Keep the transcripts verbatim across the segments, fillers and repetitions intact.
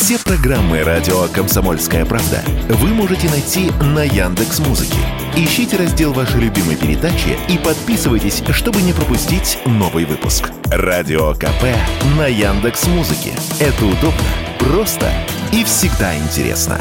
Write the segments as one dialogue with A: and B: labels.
A: Все программы радио «Комсомольская правда» вы можете найти на Яндекс.Музыке. Ищите раздел вашей любимой передачи и подписывайтесь, чтобы не пропустить новый выпуск. Радио КП на Яндекс.Музыке. Это удобно, просто и всегда интересно.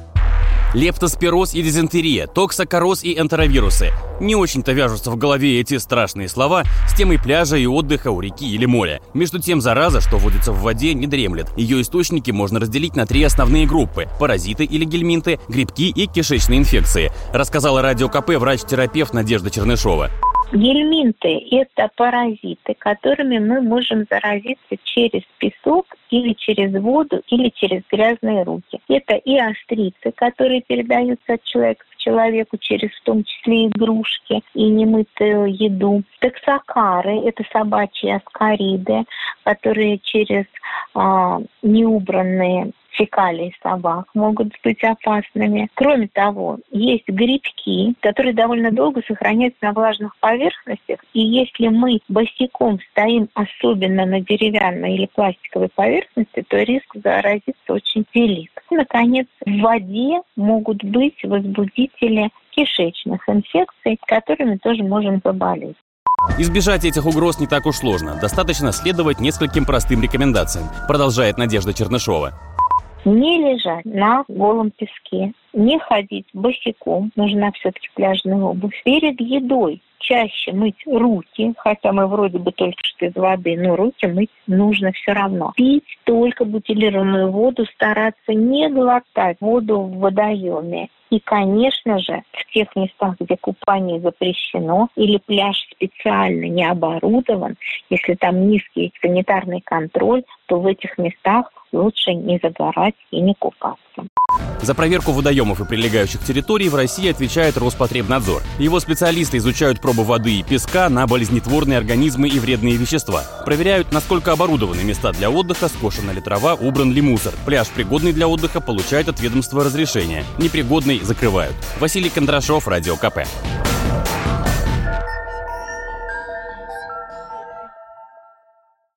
B: Лептоспироз и дизентерия, токсокороз и энтеровирусы. Не очень-то вяжутся в голове эти страшные слова с темой пляжа и отдыха у реки или моря. Между тем, зараза, что водится в воде, не дремлет. Ее источники можно разделить на три основные группы – паразиты или гельминты, грибки и кишечные инфекции, рассказала Радио КП врач-терапевт Надежда Чернышова.
C: Гельминты – это паразиты, которыми мы можем заразиться через песок или через воду, или через грязные руки. Это и острицы, которые передаются от человека к человеку через в том числе игрушки и немытую еду. Токсокары – это собачьи аскариды, которые через а, неубранные фекалии собак могут быть опасными. Кроме того, есть грибки, которые довольно долго сохраняются на влажных поверхностях, и если мы босиком стоим, особенно на деревянной или пластиковой поверхности, то риск заразиться очень велик. И, наконец, в воде могут быть возбудители кишечных инфекций, которыми тоже можем заболеть.
B: Избежать этих угроз не так уж сложно. Достаточно следовать нескольким простым рекомендациям, продолжает Надежда Чернышова.
C: Не лежать на голом песке, не ходить босиком, нужна все-таки пляжная обувь. Перед едой чаще мыть руки, хотя мы вроде бы только что из воды, но руки мыть нужно все равно. Пить только бутилированную воду, стараться не глотать воду в водоеме. И, конечно же, в тех местах, где купание запрещено или пляж специально не оборудован, если там низкий санитарный контроль, то в этих местах лучше не загорать и не купаться.
B: За проверку водоемов и прилегающих территорий в России отвечает Роспотребнадзор. Его специалисты изучают пробы воды и песка на болезнетворные организмы и вредные вещества. Проверяют, насколько оборудованы места для отдыха, скошена ли трава, убран ли мусор. Пляж, пригодный для отдыха, получает от ведомства разрешение. Непригодный закрывают. Василий Кондрашов, Радио КП.